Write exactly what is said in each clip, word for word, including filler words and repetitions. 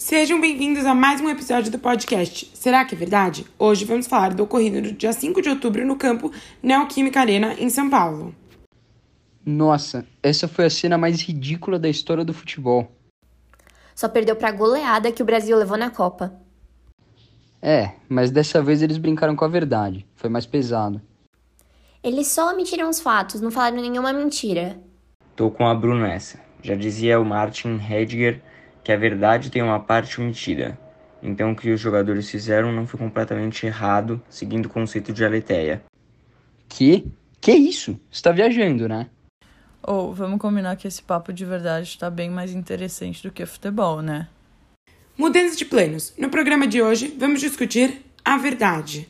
Sejam bem-vindos a mais um episódio do podcast Será que é Verdade? Hoje vamos falar do ocorrido no dia cinco de outubro no campo Neoquímica Arena, em São Paulo. Nossa, essa foi a cena mais ridícula da história do futebol. Só perdeu pra goleada que o Brasil levou na Copa. É, mas dessa vez eles brincaram com a verdade. Foi mais pesado. Eles só omitiram os fatos, não falaram nenhuma mentira. Tô com a Bruna nessa. Já dizia o Martin Heidegger que a verdade tem uma parte omitida. Então o que os jogadores fizeram não foi completamente errado, seguindo o conceito de aletheia. Que? Que isso? Você tá viajando, né? Ou, oh, vamos combinar que esse papo de verdade tá bem mais interessante do que futebol, né? Mudança de planos. No programa de hoje, vamos discutir a verdade.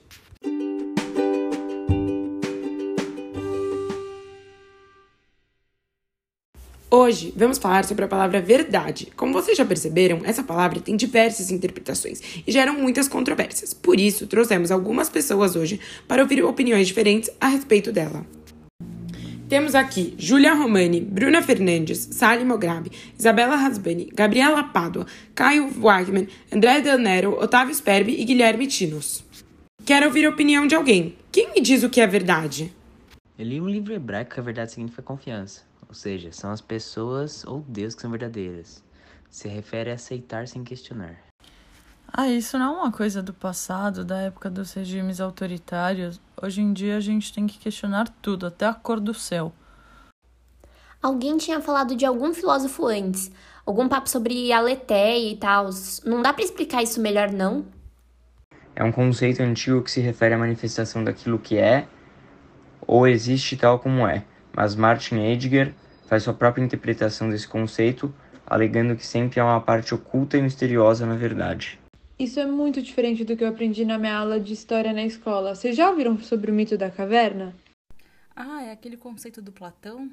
Hoje, vamos falar sobre a palavra verdade. Como vocês já perceberam, essa palavra tem diversas interpretações e geram muitas controvérsias. Por isso, trouxemos algumas pessoas hoje para ouvir opiniões diferentes a respeito dela. Temos aqui Júlia Romani, Bruna Fernandes, Sally Mograbi, Isabela Rasbani, Gabriela Pádua, Caio Wagman, André Del Nero, Otávio Sperbi e Guilherme Tinos. Quero ouvir a opinião de alguém. Quem me diz o que é verdade? Eu li um livro hebraico que a verdade significa confiança. Ou seja, são as pessoas ou Deus que são verdadeiras. Se refere a aceitar sem questionar. Ah, isso não é uma coisa do passado, da época dos regimes autoritários. Hoje em dia a gente tem que questionar tudo, até a cor do céu. Alguém tinha falado de algum filósofo antes. Algum papo sobre aletheia e tal. Não dá pra explicar isso melhor, não? É um conceito antigo que se refere à manifestação daquilo que é ou existe tal como é. Mas Martin Heidegger faz sua própria interpretação desse conceito, alegando que sempre há uma parte oculta e misteriosa na verdade. Isso é muito diferente do que eu aprendi na minha aula de história na escola. Vocês já ouviram sobre o mito da caverna? Ah, é aquele conceito do Platão?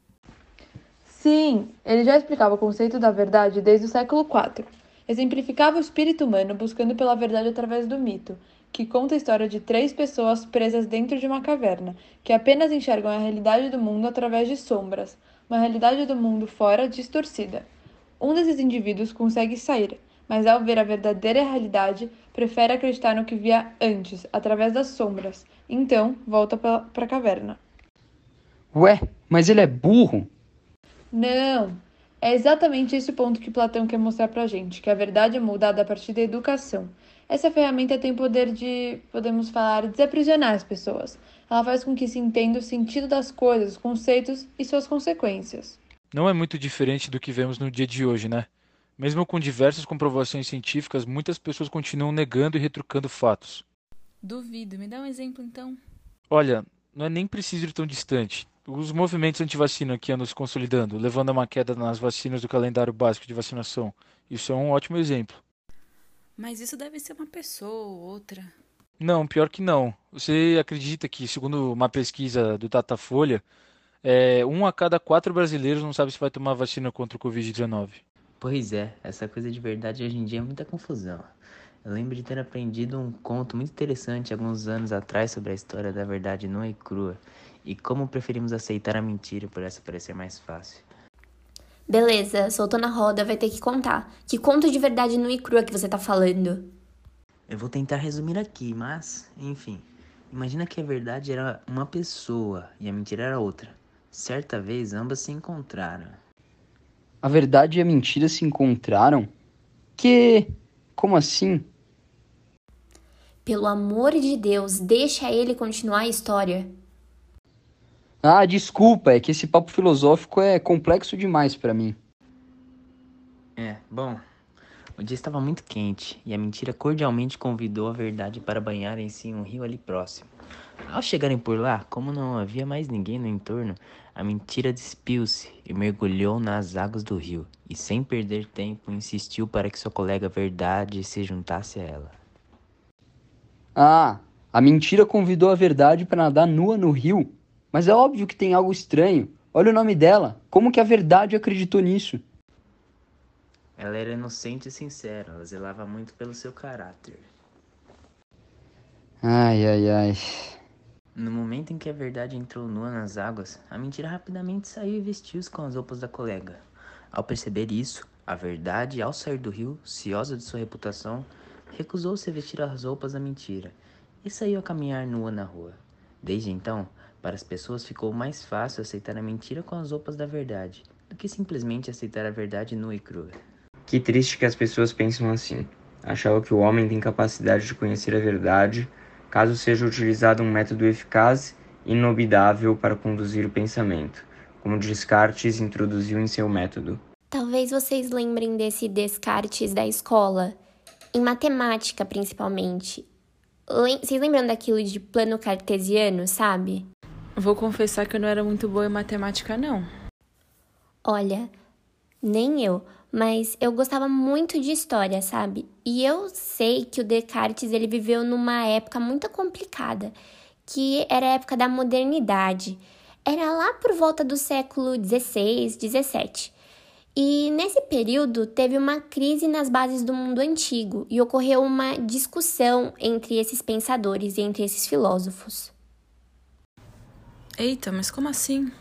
Sim, ele já explicava o conceito da verdade desde o século quatro. Exemplificava o espírito humano buscando pela verdade através do mito, que conta a história de três pessoas presas dentro de uma caverna, que apenas enxergam a realidade do mundo através de sombras, uma realidade do mundo fora distorcida. Um desses indivíduos consegue sair, mas ao ver a verdadeira realidade, prefere acreditar no que via antes, através das sombras. Então, volta para a caverna. Ué, mas ele é burro? Não! É exatamente esse o ponto que Platão quer mostrar pra gente, que a verdade é moldada a partir da educação. Essa ferramenta tem o poder de, podemos falar, desaprisionar as pessoas. Ela faz com que se entenda o sentido das coisas, conceitos e suas consequências. Não é muito diferente do que vemos no dia de hoje, né? Mesmo com diversas comprovações científicas, muitas pessoas continuam negando e retrucando fatos. Duvido. Me dá um exemplo, então. Olha, não é nem preciso ir tão distante. Os movimentos anti-vacina que andam se consolidando, levando a uma queda nas vacinas do calendário básico de vacinação. Isso é um ótimo exemplo. Mas isso deve ser uma pessoa ou outra. Não, pior que não. Você acredita que, segundo uma pesquisa do Datafolha, é, um a cada quatro brasileiros não sabe se vai tomar vacina contra o covid dezenove. Pois é, essa coisa de verdade hoje em dia é muita confusão. Eu lembro de ter aprendido um conto muito interessante alguns anos atrás sobre a história da verdade nua e crua e como preferimos aceitar a mentira por essa parecer mais fácil. Beleza, soltou na roda, vai ter que contar. Que conto de verdade nua e crua que você tá falando? Eu vou tentar resumir aqui, mas, enfim. Imagina que a verdade era uma pessoa e a mentira era outra. Certa vez, ambas se encontraram. A verdade e a mentira se encontraram? Que? Como assim? Pelo amor de Deus, deixa ele continuar a história. Ah, desculpa, é que esse papo filosófico é complexo demais pra mim. É, bom, o dia estava muito quente e a mentira cordialmente convidou a verdade para banharem-se em um rio ali próximo. Ao chegarem por lá, como não havia mais ninguém no entorno, a mentira despiu-se e mergulhou nas águas do rio, e sem perder tempo insistiu para que seu colega verdade se juntasse a ela. Ah, a mentira convidou a verdade pra nadar nua no rio? Mas é óbvio que tem algo estranho. Olha o nome dela. Como que a verdade acreditou nisso? Ela era inocente e sincera, ela zelava muito pelo seu caráter. Ai, ai, ai. No momento em que a verdade entrou nua nas águas, a mentira rapidamente saiu e vestiu-se com as roupas da colega. Ao perceber isso, A verdade, ao sair do rio, ciosa de sua reputação, recusou-se a vestir as roupas da mentira e saiu a caminhar nua na rua. Desde então, para as pessoas ficou mais fácil aceitar a mentira com as roupas da verdade do que simplesmente aceitar a verdade nua e crua. Que triste que as pessoas pensam assim. Achava que o homem tem capacidade de conhecer a verdade, caso seja utilizado um método eficaz e inobidável para conduzir o pensamento, como Descartes introduziu em seu método. Talvez vocês lembrem desse Descartes da escola, em matemática principalmente. Lem- Vocês lembram daquilo de plano cartesiano, sabe? Vou confessar que eu não era muito boa em matemática, não. Olha, nem eu, mas eu gostava muito de história, sabe? E eu sei que o Descartes ele viveu numa época muito complicada, que era a época da modernidade. Era lá por volta do século dezesseis, dezessete. E nesse período teve uma crise nas bases do mundo antigo e ocorreu uma discussão entre esses pensadores e entre esses filósofos. Eita, mas como assim?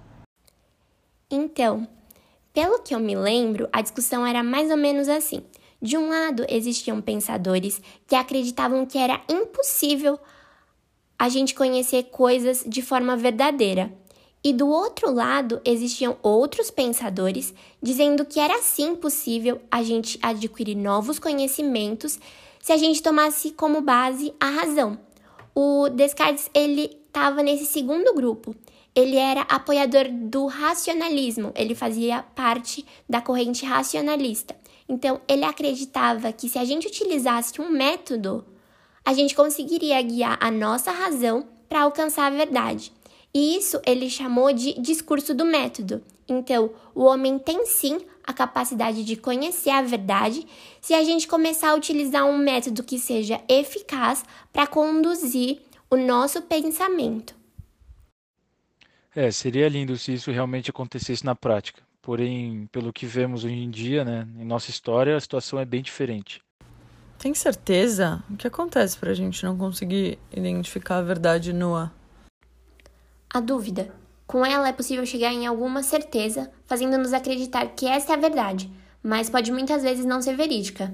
Então, pelo que eu me lembro, a discussão era mais ou menos assim. De um lado, existiam pensadores que acreditavam que era impossível a gente conhecer coisas de forma verdadeira. E do outro lado, existiam outros pensadores dizendo que era sim possível a gente adquirir novos conhecimentos se a gente tomasse como base a razão. O Descartes, ele estava nesse segundo grupo. Ele era apoiador do racionalismo, ele fazia parte da corrente racionalista. Então, ele acreditava que se a gente utilizasse um método, a gente conseguiria guiar a nossa razão para alcançar a verdade. E isso ele chamou de discurso do método. Então, o homem tem sim a capacidade de conhecer a verdade se a gente começar a utilizar um método que seja eficaz para conduzir o nosso pensamento. É, seria lindo se isso realmente acontecesse na prática. Porém, pelo que vemos hoje em dia, né, em nossa história, a situação é bem diferente. Tem certeza? O que acontece pra gente não conseguir identificar a verdade nua? A dúvida. Com ela é possível chegar em alguma certeza, fazendo-nos acreditar que essa é a verdade, mas pode muitas vezes não ser verídica.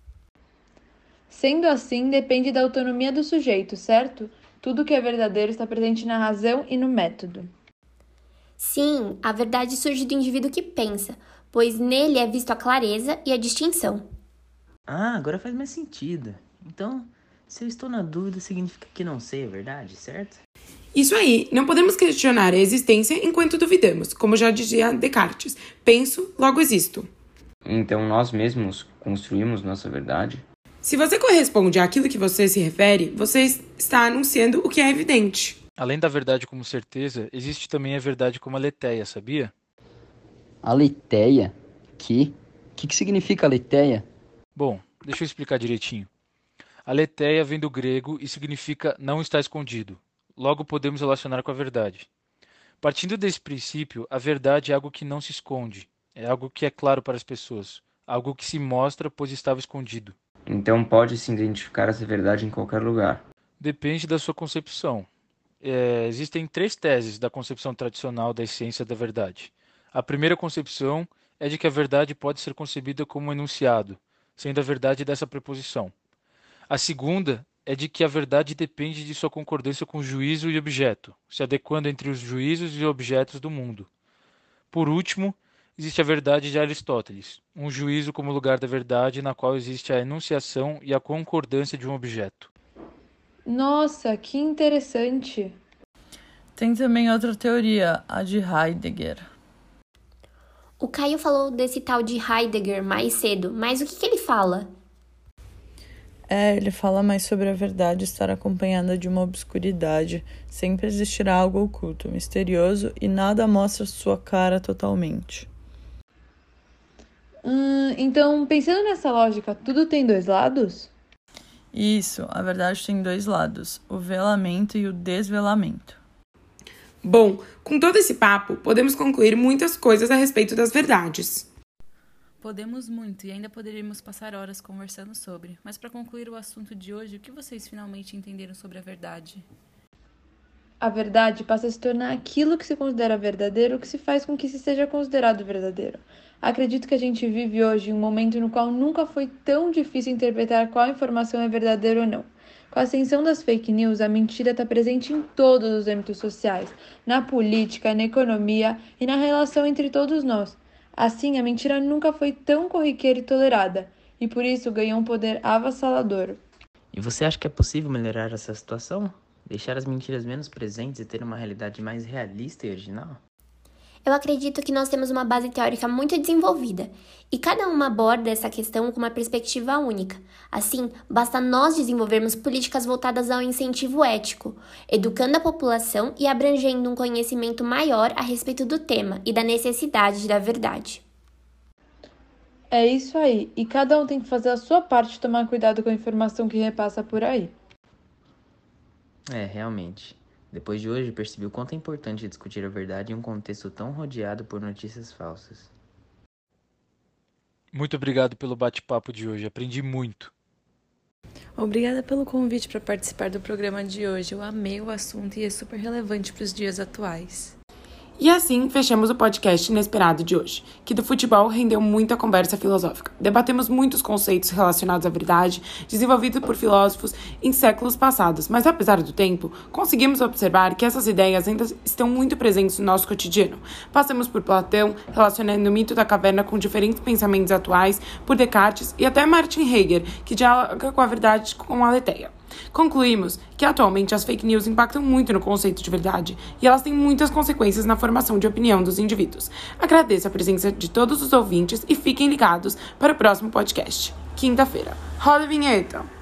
Sendo assim, depende da autonomia do sujeito, certo? Tudo que é verdadeiro está presente na razão e no método. Sim, a verdade surge do indivíduo que pensa, pois nele é visto a clareza e a distinção. Ah, agora faz mais sentido. Então, se eu estou na dúvida, significa que não sei a verdade, certo? Isso aí, não podemos questionar a existência enquanto duvidamos, como já dizia Descartes. Penso, logo existo. Então nós mesmos construímos nossa verdade? Se você corresponde àquilo que você se refere, você está anunciando o que é evidente. Além da verdade como certeza, existe também a verdade como aletheia, sabia? Aletheia? Que? O que, que significa aletheia? Bom, deixa eu explicar direitinho. Aletheia vem do grego e significa não está escondido. Logo podemos relacionar com a verdade. Partindo desse princípio, a verdade é algo que não se esconde. É algo que é claro para as pessoas. Algo que se mostra, pois estava escondido. Então pode-se identificar essa verdade em qualquer lugar. Depende da sua concepção. É, existem três teses da concepção tradicional da essência da verdade. A primeira concepção é de que a verdade pode ser concebida como um enunciado, sendo a verdade dessa preposição. A segunda é de que a verdade depende de sua concordância com juízo e objeto, se adequando entre os juízos e objetos do mundo. Por último, existe a verdade de Aristóteles, um juízo como lugar da verdade na qual existe a enunciação e a concordância de um objeto. Nossa, que interessante! Tem também outra teoria, a de Heidegger. O Caio falou desse tal de Heidegger mais cedo, mas o que, que ele fala? É, ele fala mais sobre a verdade estar acompanhada de uma obscuridade. Sempre existirá algo oculto, misterioso, e nada mostra sua cara totalmente. Hum, então, pensando nessa lógica, tudo tem dois lados? Isso, a verdade tem dois lados, o velamento e o desvelamento. Bom, com todo esse papo, podemos concluir muitas coisas a respeito das verdades. Podemos muito e ainda poderíamos passar horas conversando sobre. Mas para concluir o assunto de hoje, o que vocês finalmente entenderam sobre a verdade? A verdade passa a se tornar aquilo que se considera verdadeiro, o que se faz com que se seja considerado verdadeiro. Acredito que a gente vive hoje um momento no qual nunca foi tão difícil interpretar qual informação é verdadeira ou não. Com a ascensão das fake news, a mentira está presente em todos os âmbitos sociais, na política, na economia e na relação entre todos nós. Assim, a mentira nunca foi tão corriqueira e tolerada, e por isso ganhou um poder avassalador. E você acha que é possível melhorar essa situação? Deixar as mentiras menos presentes e ter uma realidade mais realista e original? Eu acredito que nós temos uma base teórica muito desenvolvida, e cada uma aborda essa questão com uma perspectiva única. Assim, basta nós desenvolvermos políticas voltadas ao incentivo ético, educando a população e abrangendo um conhecimento maior a respeito do tema e da necessidade da verdade. É isso aí, e cada um tem que fazer a sua parte e tomar cuidado com a informação que repassa por aí. É, realmente. Depois de hoje, percebi o quanto é importante discutir a verdade em um contexto tão rodeado por notícias falsas. Muito obrigado pelo bate-papo de hoje, aprendi muito. Obrigada pelo convite para participar do programa de hoje. Eu amei o assunto e é super relevante para os dias atuais. E assim, fechamos o podcast inesperado de hoje, que do futebol rendeu muita conversa filosófica. Debatemos muitos conceitos relacionados à verdade, desenvolvidos por filósofos em séculos passados, mas apesar do tempo, conseguimos observar que essas ideias ainda estão muito presentes no nosso cotidiano. Passamos por Platão, relacionando o mito da caverna com diferentes pensamentos atuais, por Descartes e até Martin Heidegger, que dialoga com a verdade com a Aletheia. Concluímos que atualmente as fake news impactam muito no conceito de verdade e elas têm muitas consequências na formação de opinião dos indivíduos. Agradeço a presença de todos os ouvintes e fiquem ligados para o próximo podcast, quinta-feira. Roda a vinheta!